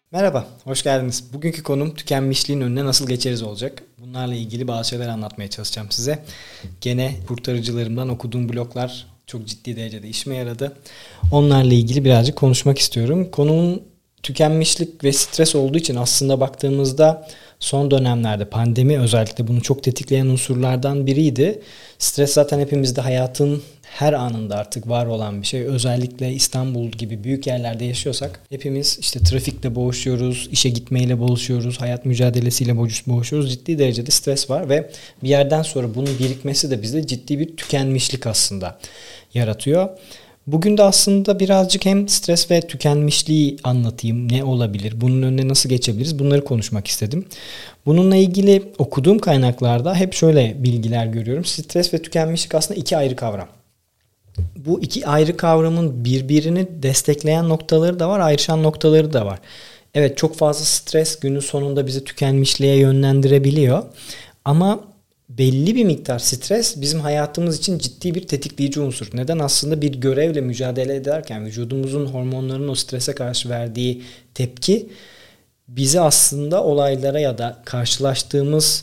Merhaba, hoş geldiniz. Bugünkü konum tükenmişliğin önüne nasıl geçeriz olacak. Bunlarla ilgili bazı şeyler anlatmaya çalışacağım size. Gene kurtarıcılarımdan okuduğum bloglar çok ciddi derecede işime yaradı. Onlarla ilgili birazcık konuşmak istiyorum. Konunun tükenmişlik ve stres olduğu için aslında baktığımızda son dönemlerde pandemi özellikle bunu çok tetikleyen unsurlardan biriydi. Stres zaten hepimizde hayatın her anında artık var olan bir şey. Özellikle İstanbul gibi büyük yerlerde yaşıyorsak hepimiz işte trafikle boğuşuyoruz, işe gitmeyle boğuşuyoruz, hayat mücadelesiyle boğuşuyoruz. Ciddi derecede stres var ve bir yerden sonra bunun birikmesi de bizde ciddi bir tükenmişlik aslında yaratıyor. Bugün de aslında birazcık hem stres ve tükenmişliği anlatayım. Ne olabilir? Bunun önüne nasıl geçebiliriz? Bunları konuşmak istedim. Bununla ilgili okuduğum kaynaklarda hep şöyle bilgiler görüyorum. Stres ve tükenmişlik aslında iki ayrı kavram. Bu iki ayrı kavramın birbirini destekleyen noktaları da var, ayrışan noktaları da var. Evet, çok fazla stres günün sonunda bizi tükenmişliğe yönlendirebiliyor. Ama belli bir miktar stres bizim hayatımız için ciddi bir tetikleyici unsur. Neden? Aslında bir görevle mücadele ederken vücudumuzun hormonlarının o strese karşı verdiği tepki bizi aslında olaylara ya da karşılaştığımız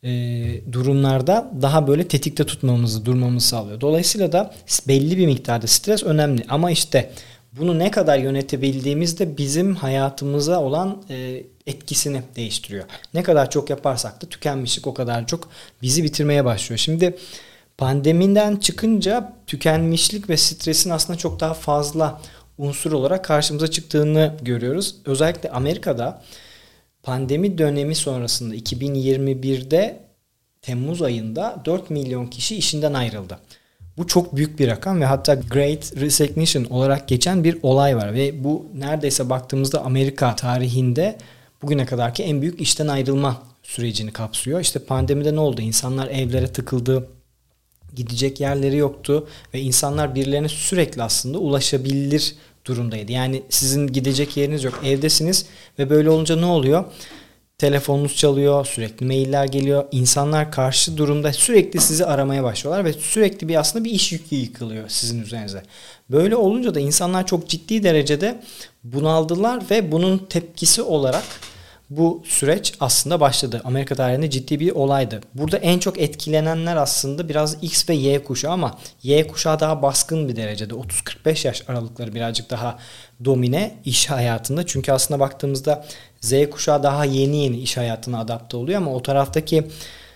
durumlarda daha böyle tetikte tutmamızı, durmamızı sağlıyor. Dolayısıyla da belli bir miktarda stres önemli. Ama işte bunu ne kadar yönetebildiğimiz de bizim hayatımıza olan etkisini değiştiriyor. Ne kadar çok yaparsak da tükenmişlik o kadar çok bizi bitirmeye başlıyor. Şimdi pandemiden çıkınca tükenmişlik ve stresin aslında çok daha fazla unsur olarak karşımıza çıktığını görüyoruz. Özellikle Amerika'da pandemi dönemi sonrasında 2021'de Temmuz ayında 4 milyon kişi işinden ayrıldı. Bu çok büyük bir rakam ve hatta Great Resignation olarak geçen bir olay var ve bu neredeyse baktığımızda Amerika tarihinde bugüne kadarki en büyük işten ayrılma sürecini kapsıyor. İşte pandemide ne oldu? İnsanlar evlere tıkıldı, gidecek yerleri yoktu ve insanlar birilerine sürekli aslında ulaşabilir durumdaydı. Yani sizin gidecek yeriniz yok, evdesiniz ve böyle olunca ne oluyor? Telefonunuz çalıyor, sürekli mailler geliyor. İnsanlar karşı durumda sürekli sizi aramaya başlıyorlar ve sürekli bir aslında bir iş yükü yıkılıyor sizin üzerinize. Böyle olunca da insanlar çok ciddi derecede bunaldılar ve bunun tepkisi olarak bu süreç aslında başladı. Amerika tarihinde ciddi bir olaydı. Burada en çok etkilenenler aslında biraz X ve Y kuşağı ama Y kuşağı daha baskın bir derecede. 30-45 yaş aralıkları birazcık daha domine iş hayatında. Çünkü aslında baktığımızda Z kuşağı daha yeni iş hayatına adapte oluyor ama o taraftaki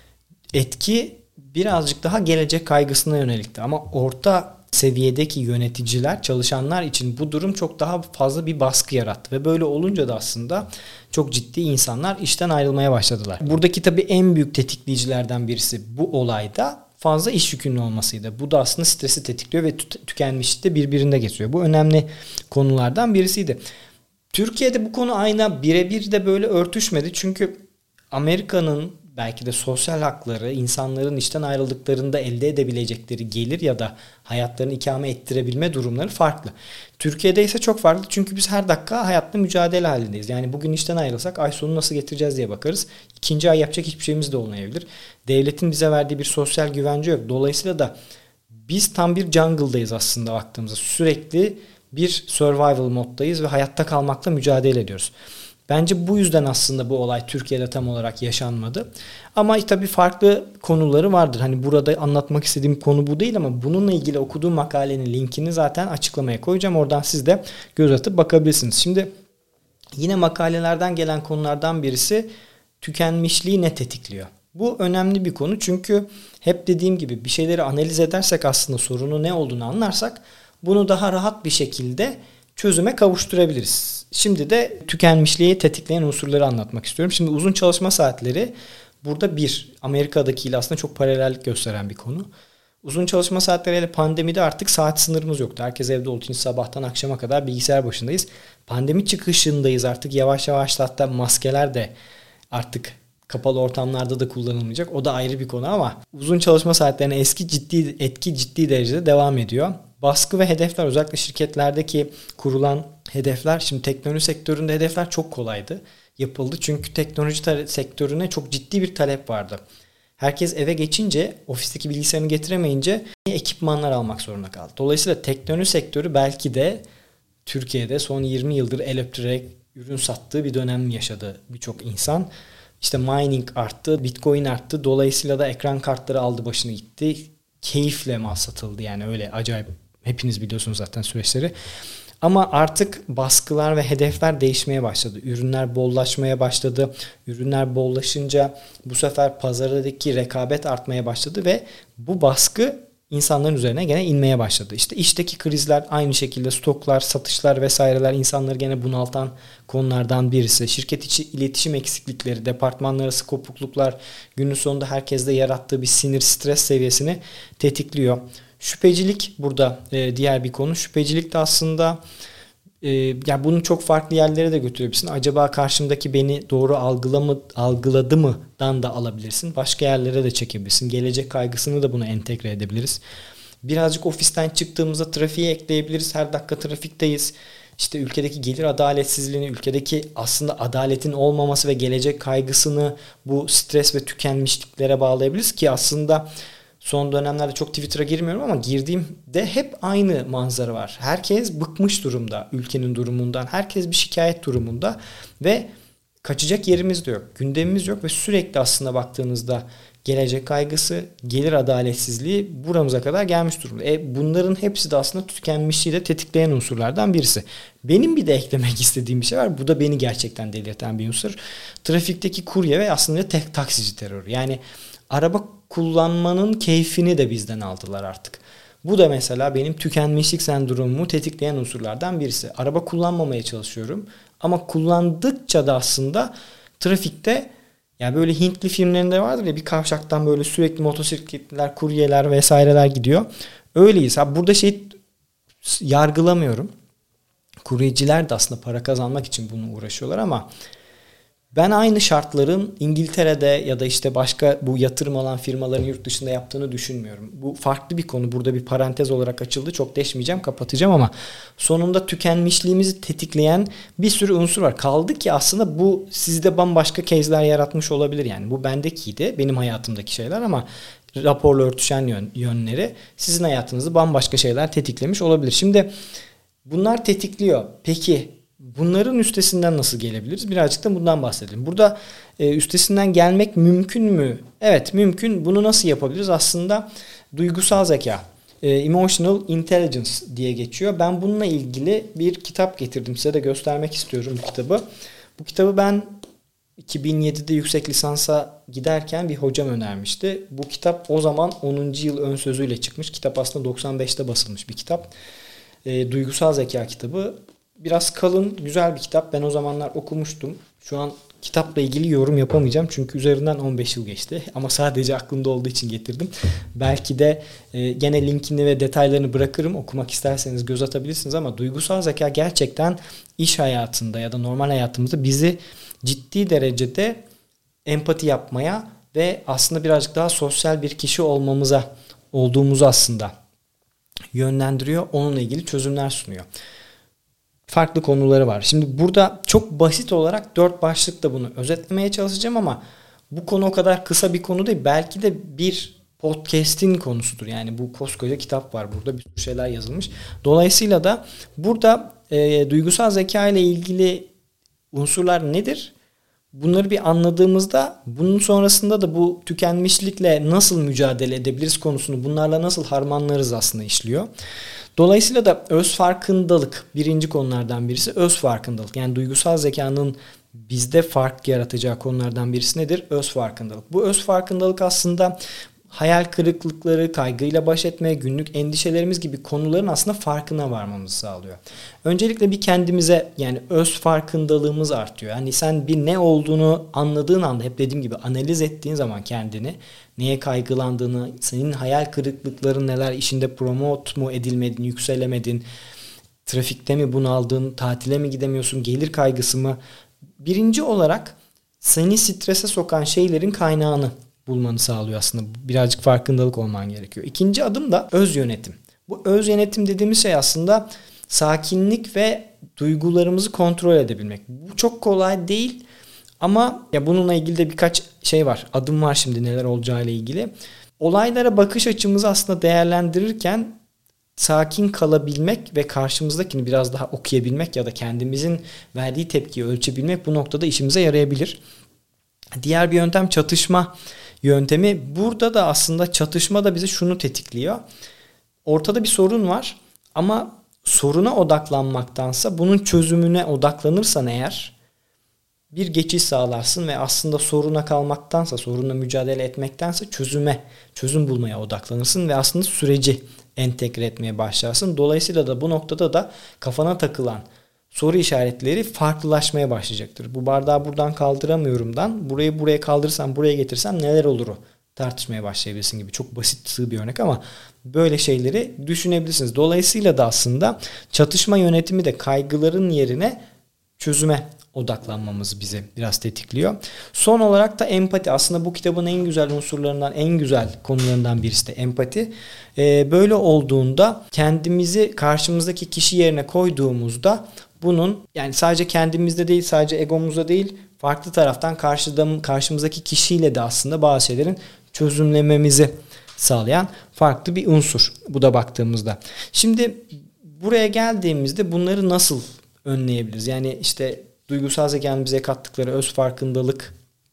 etki birazcık daha gelecek kaygısına yönelikti. Ama orta seviyedeki yöneticiler, çalışanlar için bu durum çok daha fazla bir baskı yarattı ve böyle olunca da aslında çok ciddi insanlar işten ayrılmaya başladılar. Buradaki tabii en büyük tetikleyicilerden birisi bu olayda fazla iş yükünün olmasıydı. Bu da aslında stresi tetikliyor ve tükenmişliği de birbirinde getiriyor. Bu önemli konulardan birisiydi. Türkiye'de bu konu aynen birebir de böyle örtüşmedi. Çünkü Amerika'nın belki de sosyal hakları, insanların işten ayrıldıklarında elde edebilecekleri gelir ya da hayatlarını ikame ettirebilme durumları farklı. Türkiye'de ise çok farklı çünkü biz her dakika hayatta mücadele halindeyiz. Yani bugün işten ayrılsak ay sonu nasıl getireceğiz diye bakarız. İkinci ay yapacak hiçbir şeyimiz de olmayabilir. Devletin bize verdiği bir sosyal güvence yok. Dolayısıyla da biz tam bir jungle'dayız aslında baktığımızda. Sürekli bir survival moddayız ve hayatta kalmakla mücadele ediyoruz. Bence bu yüzden aslında bu olay Türkiye'de tam olarak yaşanmadı. Ama tabii farklı konuları vardır. Hani burada anlatmak istediğim konu bu değil ama bununla ilgili okuduğum makalenin linkini zaten açıklamaya koyacağım. Oradan siz de göz atıp bakabilirsiniz. Şimdi yine makalelerden gelen konulardan birisi tükenmişliği ne tetikliyor? Bu önemli bir konu çünkü hep dediğim gibi bir şeyleri analiz edersek aslında sorunu ne olduğunu anlarsak bunu daha rahat bir şekilde çözüme kavuşturabiliriz. Şimdi de tükenmişliği tetikleyen unsurları anlatmak istiyorum. Şimdi uzun çalışma saatleri burada bir Amerika'dakiyle aslında çok paralellik gösteren bir konu. Uzun çalışma saatleriyle pandemide artık saat sınırımız yoktu. Herkes evde olduğu için sabahtan akşama kadar bilgisayar başındayız. Pandemi çıkışındayız artık yavaş yavaş hatta maskeler de artık kapalı ortamlarda da kullanılmayacak. O da ayrı bir konu ama uzun çalışma saatlerine etki ciddi derecede devam ediyor. Baskı ve hedefler özellikle şirketlerdeki kurulan hedefler şimdi teknoloji sektöründe hedefler çok kolaydı. Yapıldı çünkü teknoloji sektörüne çok ciddi bir talep vardı. Herkes eve geçince ofisteki bilgisayarını getiremeyince ekipmanlar almak zorunda kaldı. Dolayısıyla teknoloji sektörü belki de Türkiye'de son 20 yıldır el öptürerek ürün sattığı bir dönem yaşadı birçok insan. İşte mining arttı, Bitcoin arttı. Dolayısıyla da ekran kartları aldı başını gitti. Keyifle mal satıldı yani, öyle acayip. Hepiniz biliyorsunuz zaten süreçleri. Ama artık baskılar ve hedefler değişmeye başladı. Ürünler bollaşmaya başladı. Ürünler bollaşınca bu sefer pazardaki rekabet artmaya başladı ve bu baskı insanların üzerine gene inmeye başladı. İşte işteki krizler aynı şekilde, stoklar, satışlar vesaireler insanları gene bunaltan konulardan birisi. Şirket içi iletişim eksiklikleri, departmanlar arası kopukluklar günün sonunda herkeste yarattığı bir sinir, stres seviyesini tetikliyor. Şüphecilik burada diğer bir konu. Şüphecilik de aslında ya bunu çok farklı yerlere de götürebilirsin. Acaba karşımdaki beni doğru algıladı mıdan da alabilirsin. Başka yerlere de çekebilirsin. Gelecek kaygısını da buna entegre edebiliriz. Birazcık ofisten çıktığımızda trafiğe ekleyebiliriz. Her dakika trafikteyiz. İşte ülkedeki gelir adaletsizliğini, ülkedeki aslında adaletin olmaması ve gelecek kaygısını bu stres ve tükenmişliklere bağlayabiliriz ki aslında son dönemlerde çok Twitter'a girmiyorum ama girdiğimde hep aynı manzara var. Herkes bıkmış durumda ülkenin durumundan. Herkes bir şikayet durumunda ve kaçacak yerimiz de yok. Gündemimiz yok ve sürekli aslında baktığınızda gelecek kaygısı, gelir adaletsizliği buramıza kadar gelmiş durumda. Bunların hepsi de aslında tükenmişliği de tetikleyen unsurlardan birisi. Benim bir de eklemek istediğim bir şey var. Bu da beni gerçekten delirten bir unsur. Trafikteki kurye ve aslında tek taksici terörü. Yani araba kullanmanın keyfini de bizden aldılar artık. Bu da mesela benim tükenmişlik sendromumu tetikleyen unsurlardan birisi. Araba kullanmamaya çalışıyorum ama kullandıkça da aslında trafikte, ya böyle Hintli filmlerinde vardır ya, bir kavşaktan böyle sürekli motosikletler, kuryeler vesaireler gidiyor. Öyleyiz. Burada yargılamıyorum. Kuryeciler de aslında para kazanmak için bunu uğraşıyorlar ama ben aynı şartların İngiltere'de ya da işte başka bu yatırım alan firmaların yurt dışında yaptığını düşünmüyorum. Bu farklı bir konu. Burada bir parantez olarak açıldı. Çok deşmeyeceğim, kapatacağım ama sonunda tükenmişliğimizi tetikleyen bir sürü unsur var. Kaldı ki aslında bu sizde bambaşka case'ler yaratmış olabilir. Yani bu bendekiydi, benim hayatımdaki şeyler ama raporla örtüşen yönleri sizin hayatınızı bambaşka şeyler tetiklemiş olabilir. Şimdi bunlar tetikliyor. Peki bunların üstesinden nasıl gelebiliriz? Birazcık da bundan bahsedelim. Burada üstesinden gelmek mümkün mü? Evet, mümkün. Bunu nasıl yapabiliriz? Aslında duygusal zeka, emotional intelligence diye geçiyor. Ben bununla ilgili bir kitap getirdim. Size de göstermek istiyorum bu kitabı. Bu kitabı ben 2007'de yüksek lisansa giderken bir hocam önermişti. Bu kitap o zaman 10. yıl ön sözüyle çıkmış. Kitap aslında 95'te basılmış bir kitap. Duygusal zeka kitabı. Biraz kalın, güzel bir kitap. Ben o zamanlar okumuştum. Şu an kitapla ilgili yorum yapamayacağım. Çünkü üzerinden 15 yıl geçti. Ama sadece aklımda olduğu için getirdim. Belki de gene linkini ve detaylarını bırakırım. Okumak isterseniz göz atabilirsiniz. Ama duygusal zeka gerçekten iş hayatında ya da normal hayatımızda bizi ciddi derecede empati yapmaya ve aslında birazcık daha sosyal bir kişi olduğumuzu aslında yönlendiriyor. Onunla ilgili çözümler sunuyor. Farklı konuları var. Şimdi burada çok basit olarak 4 başlıkta bunu özetlemeye çalışacağım ama bu konu o kadar kısa bir konu değil. Belki de bir podcast'in konusudur. Yani bu koskoca kitap var burada. Bir sürü şeyler yazılmış. Dolayısıyla da burada duygusal zeka ile ilgili unsurlar nedir? Bunları bir anladığımızda bunun sonrasında da bu tükenmişlikle nasıl mücadele edebiliriz konusunu, bunlarla nasıl harmanlarız aslında işliyor. Dolayısıyla da öz farkındalık birinci konulardan birisi, öz farkındalık. Yani duygusal zekanın bizde fark yaratacağı konulardan birisi nedir? Öz farkındalık. Bu öz farkındalık aslında hayal kırıklıkları, kaygıyla baş etme, günlük endişelerimiz gibi konuların aslında farkına varmamızı sağlıyor. Öncelikle bir kendimize, yani öz farkındalığımız artıyor. Yani sen bir ne olduğunu anladığın anda, hep dediğim gibi analiz ettiğin zaman kendini, neye kaygılandığını, senin hayal kırıklıkların neler, işinde promote mu edilmedin, yükselemedin, trafikte mi bunaldın, tatile mi gidemiyorsun, gelir kaygısı mı? Birinci olarak seni strese sokan şeylerin kaynağını bulmanı sağlıyor aslında. Birazcık farkındalık olman gerekiyor. İkinci adım da öz yönetim. Bu öz yönetim dediğimiz şey aslında sakinlik ve duygularımızı kontrol edebilmek. Bu çok kolay değil ama ya bununla ilgili de birkaç şey var. Adım var şimdi neler olacağıyla ilgili. Olaylara bakış açımızı aslında değerlendirirken sakin kalabilmek ve karşımızdakini biraz daha okuyabilmek ya da kendimizin verdiği tepkiyi ölçebilmek bu noktada işimize yarayabilir. Diğer bir yöntem çatışma yöntemi. Burada da aslında çatışma da bize şunu tetikliyor. Ortada bir sorun var ama soruna odaklanmaktansa bunun çözümüne odaklanırsan eğer bir geçiş sağlarsın ve aslında soruna kalmaktansa, sorunla mücadele etmektense çözüm bulmaya odaklanırsın ve aslında süreci entegre etmeye başlarsın. Dolayısıyla da bu noktada da kafana takılan soru işaretleri farklılaşmaya başlayacaktır. Bu bardağı buradan kaldıramıyorumdan burayı buraya kaldırırsam, buraya getirsem neler oluru tartışmaya başlayabilirsin gibi. Çok basit, sığ bir örnek ama böyle şeyleri düşünebilirsiniz. Dolayısıyla da aslında çatışma yönetimi de kaygıların yerine çözüme odaklanmamızı bize biraz tetikliyor. Son olarak da empati. Aslında bu kitabın en güzel unsurlarından, en güzel konularından birisi de empati. Böyle olduğunda kendimizi karşımızdaki kişi yerine koyduğumuzda bunun yani sadece kendimizde değil, sadece egomuzda değil, farklı taraftan karşımızdaki kişiyle de aslında bazı şeylerin çözümlememizi sağlayan farklı bir unsur. Bu da baktığımızda. Şimdi buraya geldiğimizde bunları nasıl önleyebiliriz? Yani işte duygusal zekanın bize kattıkları öz farkındalık,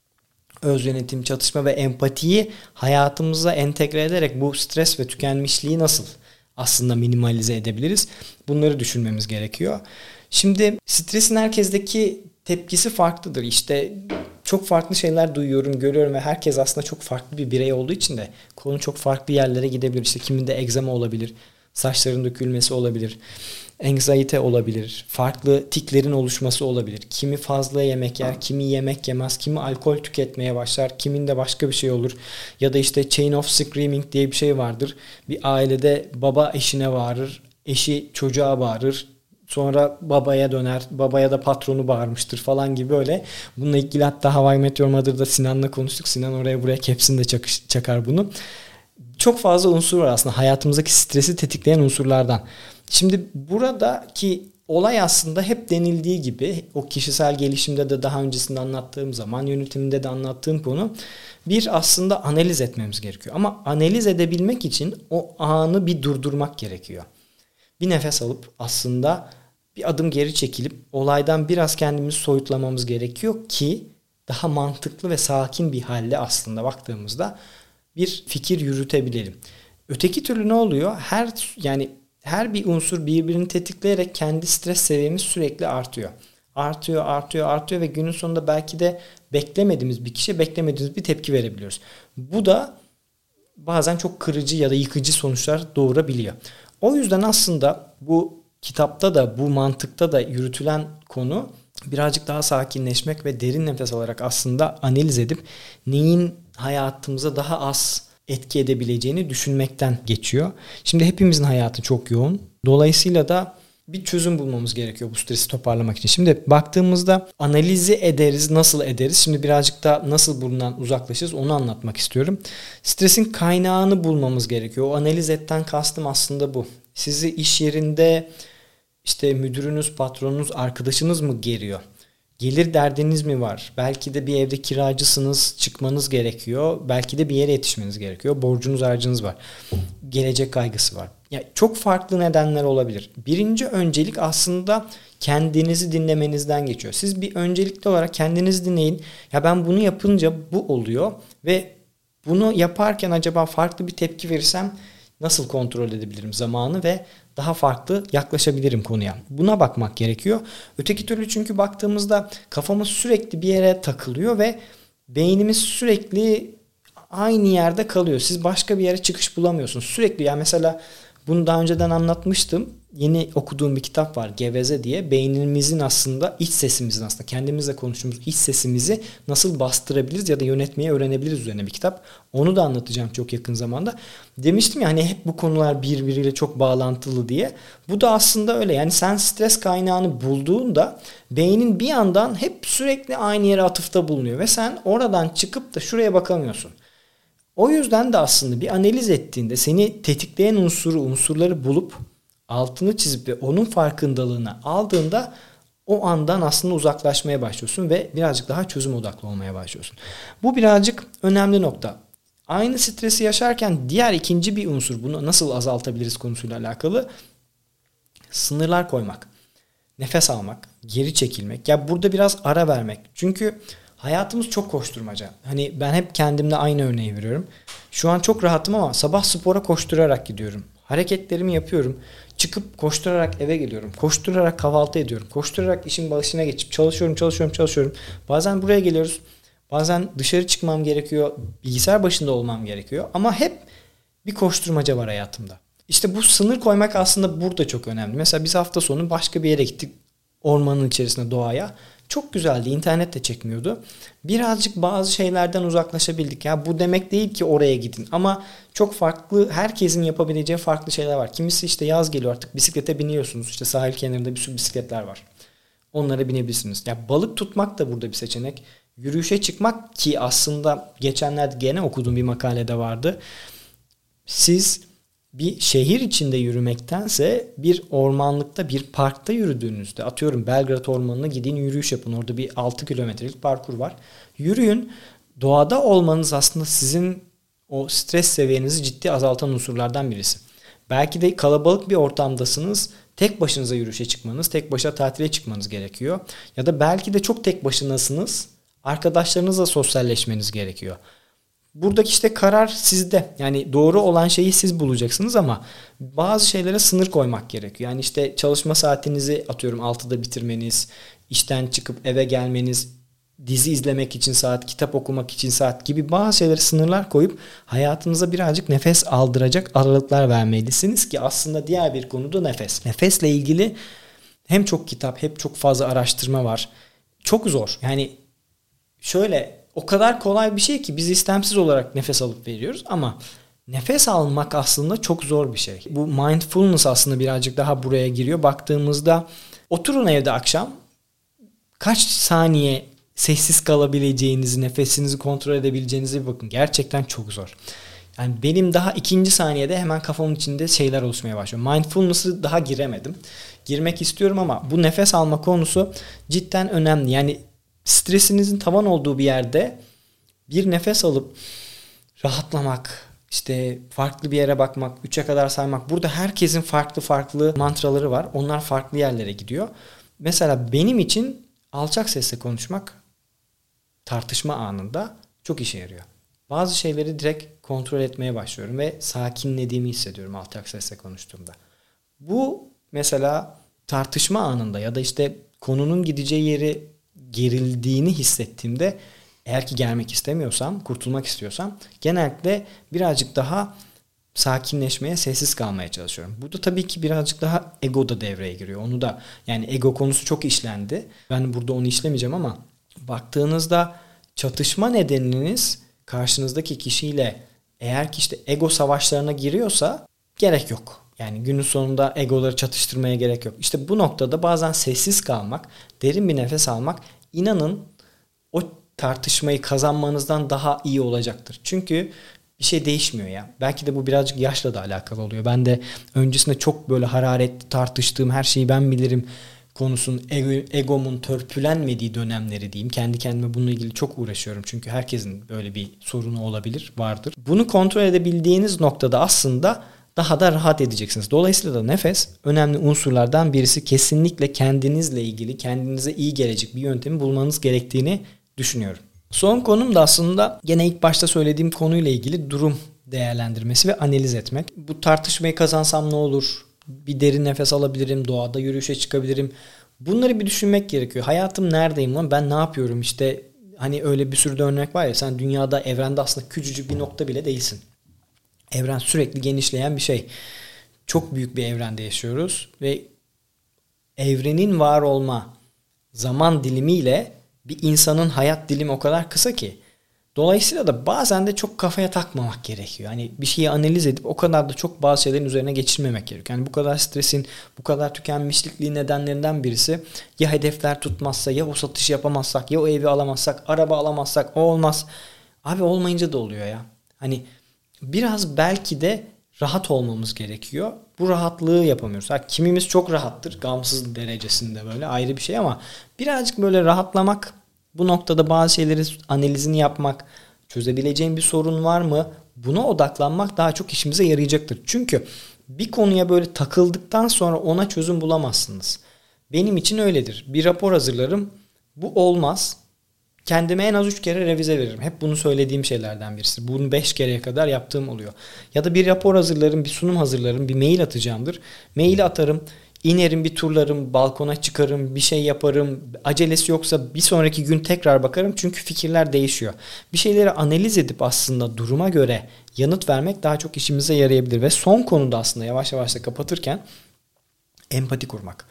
öz yönetim, çatışma ve empatiyi hayatımıza entegre ederek bu stres ve tükenmişliği nasıl aslında minimalize edebiliriz? Bunları düşünmemiz gerekiyor. Şimdi stresin herkesteki tepkisi farklıdır. İşte çok farklı şeyler duyuyorum, görüyorum ve herkes aslında çok farklı bir birey olduğu için de konu çok farklı yerlere gidebilir. İşte kiminde egzama olabilir, saçların dökülmesi olabilir, anxiety olabilir, farklı tiklerin oluşması olabilir. Kimi fazla yemek yer, kimi yemek yemez, kimi alkol tüketmeye başlar, kiminde başka bir şey olur. Ya da işte chain of screaming diye bir şey vardır. Bir ailede baba eşine bağırır, eşi çocuğa bağırır. Sonra babaya döner, babaya da patronu bağırmıştır falan gibi böyle. Bununla ilgili hatta How I Met Your Mother'da Sinan'la konuştuk. Sinan oraya buraya hepsini de çakar bunu. Çok fazla unsur var aslında hayatımızdaki stresi tetikleyen unsurlardan. Şimdi buradaki olay aslında hep denildiği gibi o kişisel gelişimde de daha öncesinde anlattığım zaman yönetiminde de anlattığım konu bir aslında analiz etmemiz gerekiyor. Ama analiz edebilmek için o anı bir durdurmak gerekiyor. Bir nefes alıp aslında bir adım geri çekilip olaydan biraz kendimizi soyutlamamız gerekiyor ki daha mantıklı ve sakin bir halde aslında baktığımızda bir fikir yürütebilelim. Öteki türlü ne oluyor? Her bir unsur birbirini tetikleyerek kendi stres seviyemiz sürekli artıyor. Artıyor ve günün sonunda belki de beklemediğimiz bir kişiye beklemediğimiz bir tepki verebiliyoruz. Bu da bazen çok kırıcı ya da yıkıcı sonuçlar doğurabiliyor. O yüzden aslında bu kitapta da bu mantıkta da yürütülen konu birazcık daha sakinleşmek ve derin nefes alarak aslında analiz edip neyin hayatımıza daha az etki edebileceğini düşünmekten geçiyor. Şimdi hepimizin hayatı çok yoğun. Dolayısıyla da bir çözüm bulmamız gerekiyor bu stresi toparlamak için. Şimdi baktığımızda analizi ederiz, nasıl ederiz? Şimdi birazcık da nasıl bundan uzaklaşırız onu anlatmak istiyorum. Stresin kaynağını bulmamız gerekiyor. O analiz etten kastım aslında bu. Sizi iş yerinde işte müdürünüz, patronunuz, arkadaşınız mı geriyor? Gelir derdiniz mi var? Belki de bir evde kiracısınız, çıkmanız gerekiyor. Belki de bir yere yetişmeniz gerekiyor. Borcunuz, harcınız var. Gelecek kaygısı var. Yani çok farklı nedenler olabilir. Birinci öncelik aslında kendinizi dinlemenizden geçiyor. Siz bir öncelikli olarak kendinizi dinleyin. Ya ben bunu yapınca bu oluyor ve bunu yaparken acaba farklı bir tepki verirsem nasıl kontrol edebilirim zamanı ve daha farklı yaklaşabilirim konuya. Buna bakmak gerekiyor. Öteki türlü çünkü baktığımızda kafamız sürekli bir yere takılıyor ve beynimiz sürekli aynı yerde kalıyor. Siz başka bir yere çıkış bulamıyorsunuz. Sürekli yani mesela bunu daha önceden anlatmıştım. Yeni okuduğum bir kitap var Geveze diye. Beynimizin aslında iç sesimizin aslında kendimizle konuştuğumuz iç sesimizi nasıl bastırabiliriz ya da yönetmeyi öğrenebiliriz üzerine bir kitap. Onu da anlatacağım çok yakın zamanda. Demiştim ya hani hep bu konular birbiriyle çok bağlantılı diye. Bu da aslında öyle. Yani sen stres kaynağını bulduğunda beynin bir yandan hep sürekli aynı yere atıfta bulunuyor ve sen oradan çıkıp da şuraya bakamıyorsun. O yüzden de aslında bir analiz ettiğinde seni tetikleyen unsurları bulup altını çizip ve onun farkındalığını aldığında o andan aslında uzaklaşmaya başlıyorsun ve birazcık daha çözüm odaklı olmaya başlıyorsun. Bu birazcık önemli nokta. Aynı stresi yaşarken diğer ikinci bir unsur, bunu nasıl azaltabiliriz konusuyla alakalı, sınırlar koymak. Nefes almak, geri çekilmek. Ya burada biraz ara vermek. Çünkü hayatımız çok koşturmaca. Hani ben hep kendimde aynı örneği veriyorum. Şu an çok rahatım ama sabah spora koşturarak gidiyorum. Hareketlerimi yapıyorum. Çıkıp koşturarak eve geliyorum. Koşturarak kahvaltı ediyorum. Koşturarak işin başına geçip çalışıyorum. Bazen buraya geliyoruz. Bazen dışarı çıkmam gerekiyor. Bilgisayar başında olmam gerekiyor. Ama hep bir koşturmaca var hayatımda. İşte bu sınır koymak aslında burada çok önemli. Mesela biz hafta sonu başka bir yere gittik. Ormanın içerisinde, doğaya. Çok güzeldi. İnternet de çekmiyordu. Birazcık bazı şeylerden uzaklaşabildik. Ya bu demek değil ki oraya gidin. Ama çok farklı, herkesin yapabileceği farklı şeyler var. Kimisi işte yaz geliyor, artık bisiklete biniyorsunuz. İşte sahil kenarında bir sürü bisikletler var. Onlara binebilirsiniz. Ya balık tutmak da burada bir seçenek. Yürüyüşe çıkmak, ki aslında geçenlerde gene okuduğum bir makalede vardı. Siz bir şehir içinde yürümektense bir ormanlıkta, bir parkta yürüdüğünüzde, atıyorum Belgrad Ormanı'na gidin, yürüyüş yapın. Orada bir 6 kilometrelik parkur var. Yürüyün. Doğada olmanız aslında sizin o stres seviyenizi ciddi azaltan unsurlardan birisi. Belki de kalabalık bir ortamdasınız. Tek başınıza yürüyüşe çıkmanız, tek başına tatile çıkmanız gerekiyor. Ya da belki de çok tek başınasınız. Arkadaşlarınızla sosyalleşmeniz gerekiyor. Buradaki işte karar sizde. Yani doğru olan şeyi siz bulacaksınız ama bazı şeylere sınır koymak gerekiyor. Yani işte çalışma saatinizi atıyorum 6'da bitirmeniz, işten çıkıp eve gelmeniz, dizi izlemek için saat, kitap okumak için saat gibi bazı şeylere sınırlar koyup hayatınıza birazcık nefes aldıracak aralıklar vermelisiniz ki aslında diğer bir konu da nefes. Nefesle ilgili hem çok kitap hem çok fazla araştırma var. Çok zor. Yani şöyle, o kadar kolay bir şey ki biz istemsiz olarak nefes alıp veriyoruz ama nefes almak aslında çok zor bir şey. Bu mindfulness aslında birazcık daha buraya giriyor. Baktığımızda oturun evde akşam, kaç saniye sessiz kalabileceğinizi, nefesinizi kontrol edebileceğinizi bir bakın. Gerçekten çok zor. Yani benim daha ikinci saniyede hemen kafamın içinde şeyler oluşmaya başlıyor. Mindfulness'ı daha giremedim. Girmek istiyorum ama bu nefes alma konusu cidden önemli. Yani stresinizin tavan olduğu bir yerde bir nefes alıp rahatlamak, işte farklı bir yere bakmak, 3'e kadar saymak. Burada herkesin farklı mantraları var. Onlar farklı yerlere gidiyor. Mesela benim için alçak sesle konuşmak tartışma anında çok işe yarıyor. Bazı şeyleri direkt kontrol etmeye başlıyorum ve sakinlediğimi hissediyorum alçak sesle konuştuğumda. Bu mesela tartışma anında ya da işte konunun gideceği yeri gerildiğini hissettiğimde, eğer ki gelmek istemiyorsam, kurtulmak istiyorsam genellikle birazcık daha sakinleşmeye, sessiz kalmaya çalışıyorum. Burada tabii ki birazcık daha ego da devreye giriyor. Onu da, yani ego konusu çok işlendi. Ben burada onu işlemeyeceğim ama baktığınızda çatışma nedeniniz karşınızdaki kişiyle eğer ki işte ego savaşlarına giriyorsa gerek yok. Yani günün sonunda egoları çatıştırmaya gerek yok. İşte bu noktada bazen sessiz kalmak, derin bir nefes almak, inanın o tartışmayı kazanmanızdan daha iyi olacaktır. Çünkü bir şey değişmiyor ya. Belki de bu birazcık yaşla da alakalı oluyor. Ben de öncesinde çok böyle hararetli tartıştığım, her şeyi ben bilirim konusunun, egomun törpülenmediği dönemleri diyeyim. Kendi kendime bununla ilgili çok uğraşıyorum. Çünkü herkesin böyle bir sorunu olabilir, vardır. Bunu kontrol edebildiğiniz noktada aslında daha da rahat edeceksiniz. Dolayısıyla da nefes önemli unsurlardan birisi. Kesinlikle kendinizle ilgili, kendinize iyi gelecek bir yöntemi bulmanız gerektiğini düşünüyorum. Son konum da aslında gene ilk başta söylediğim konuyla ilgili durum değerlendirmesi ve analiz etmek. Bu tartışmayı kazansam ne olur? Bir derin nefes alabilirim, doğada yürüyüşe çıkabilirim. Bunları bir düşünmek gerekiyor. Hayatım neredeyim lan? Ben ne yapıyorum? İşte hani öyle bir sürü de örnek var ya, sen dünyada, evrende aslında küçücük bir nokta bile değilsin. Evren sürekli genişleyen bir şey. Çok büyük bir evrende yaşıyoruz ve evrenin var olma zaman dilimiyle bir insanın hayat dilimi o kadar kısa ki. Dolayısıyla da bazen de çok kafaya takmamak gerekiyor. Hani bir şeyi analiz edip o kadar da çok bazı şeylerin üzerine geçirmemek gerekiyor. Yani bu kadar stresin, bu kadar tükenmişlikliği nedenlerinden birisi ya hedefler tutmazsa, ya o satışı yapamazsak, ya o evi alamazsak, araba alamazsak, o olmaz. Abi olmayınca da oluyor ya. Hani biraz belki de rahat olmamız gerekiyor. Bu rahatlığı yapamıyoruz. Kimimiz çok rahattır, gamsız derecesinde, böyle ayrı bir şey ama birazcık böyle rahatlamak, bu noktada bazı şeyleri analizini yapmak, Çözebileceğin bir sorun var mı? Buna odaklanmak daha çok işimize yarayacaktır. Çünkü bir konuya böyle takıldıktan sonra ona çözüm bulamazsınız. Benim için öyledir. Bir rapor hazırlarım. Bu olmaz. Kendime en az 3 kere revize veririm. Hep bunu söylediğim şeylerden birisi. Bunu 5 kereye kadar yaptığım oluyor. Ya da bir rapor hazırlarım, bir sunum hazırlarım, bir mail atacağımdır. Maili atarım, inerim, bir turlarım, balkona çıkarım, bir şey yaparım. Acelesi yoksa bir sonraki gün tekrar bakarım. Çünkü fikirler değişiyor. Bir şeyleri analiz edip aslında duruma göre yanıt vermek daha çok işimize yarayabilir. Ve son konuda aslında yavaş yavaş da kapatırken empati kurmak.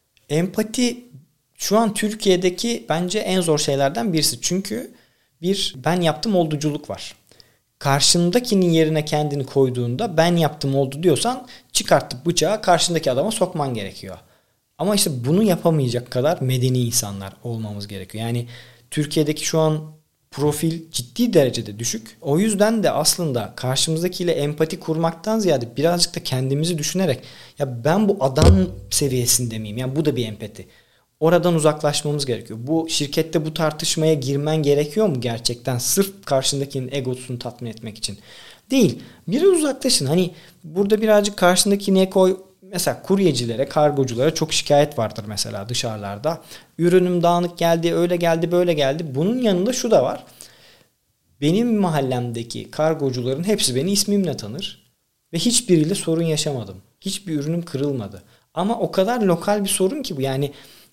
Empati şu an Türkiye'deki bence en zor şeylerden birisi. Çünkü bir ben yaptım olduculuk var. Karşındakinin yerine kendini koyduğunda ben yaptım oldu diyorsan çıkartıp bıçağı karşındaki adama sokman gerekiyor. Ama işte bunu yapamayacak kadar medeni insanlar olmamız gerekiyor. Yani Türkiye'deki şu an profil ciddi derecede düşük. O yüzden de aslında karşımızdakiyle empati kurmaktan ziyade birazcık da kendimizi düşünerek ya ben bu adam seviyesinde miyim? Yani bu da bir empati. Oradan uzaklaşmamız gerekiyor. Bu şirkette bu tartışmaya girmen gerekiyor mu gerçekten? Sırf karşındakinin egosunu tatmin etmek için. Değil. Biraz uzaklaşın. Hani burada birazcık karşındakine koy. Mesela kuryecilere, kargoculara çok şikayet vardır mesela dışarılarda. Ürünüm dağınık geldi, öyle geldi, böyle geldi. Bunun yanında şu da var. Benim mahallemdeki kargocuların hepsi beni ismimle tanır. Ve hiçbiriyle sorun yaşamadım. Hiçbir ürünüm kırılmadı. Ama o kadar lokal bir sorun ki bu. Yani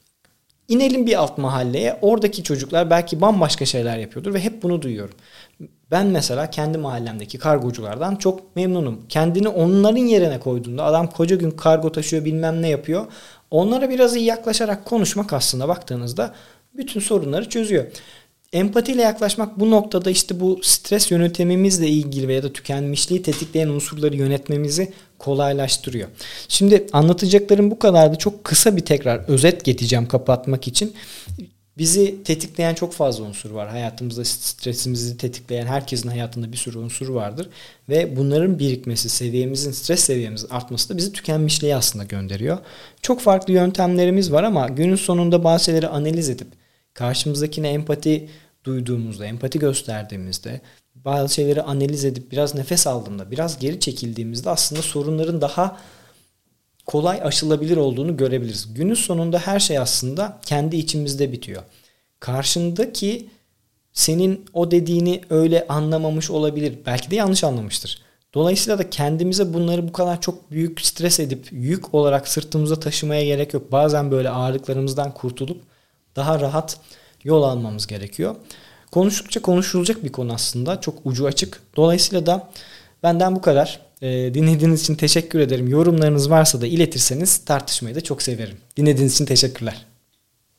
İnelim bir alt mahalleye. Oradaki çocuklar belki bambaşka şeyler yapıyordur ve hep bunu duyuyorum. Ben mesela kendi mahallemdeki kargoculardan çok memnunum. Kendini onların yerine koyduğunda adam koca gün kargo taşıyor bilmem ne yapıyor. Onlara biraz iyi yaklaşarak konuşmak aslında baktığınızda bütün sorunları çözüyor. Empatiyle yaklaşmak bu noktada işte bu stres yönetimimizle ilgili veya da tükenmişliği tetikleyen unsurları yönetmemizi kolaylaştırıyor. Şimdi anlatacaklarım bu kadardı. Çok kısa bir tekrar özet geçeceğim kapatmak için. Bizi tetikleyen çok fazla unsur var. Hayatımızda stresimizi tetikleyen herkesin hayatında bir sürü unsur vardır. Ve bunların birikmesi, stres seviyemizin artması da bizi tükenmişliğe aslında gönderiyor. Çok farklı yöntemlerimiz var ama günün sonunda bazı şeyleri analiz edip karşımızdakine empati duyduğumuzda, empati gösterdiğimizde, bazı şeyleri analiz edip biraz nefes aldığımda, biraz geri çekildiğimizde aslında sorunların daha kolay aşılabilir olduğunu görebiliriz. Günün sonunda her şey aslında kendi içimizde bitiyor. Karşındaki senin o dediğini öyle anlamamış olabilir. Belki de yanlış anlamıştır. Dolayısıyla da kendimize bunları bu kadar çok büyük stres edip yük olarak sırtımıza taşımaya gerek yok. Bazen böyle ağırlıklarımızdan kurtulup daha rahat yol almamız gerekiyor. Konuştukça konuşulacak bir konu aslında. Çok ucu açık. Dolayısıyla da benden bu kadar. Dinlediğiniz için teşekkür ederim. Yorumlarınız varsa da iletirseniz tartışmayı da çok severim. Dinlediğiniz için teşekkürler.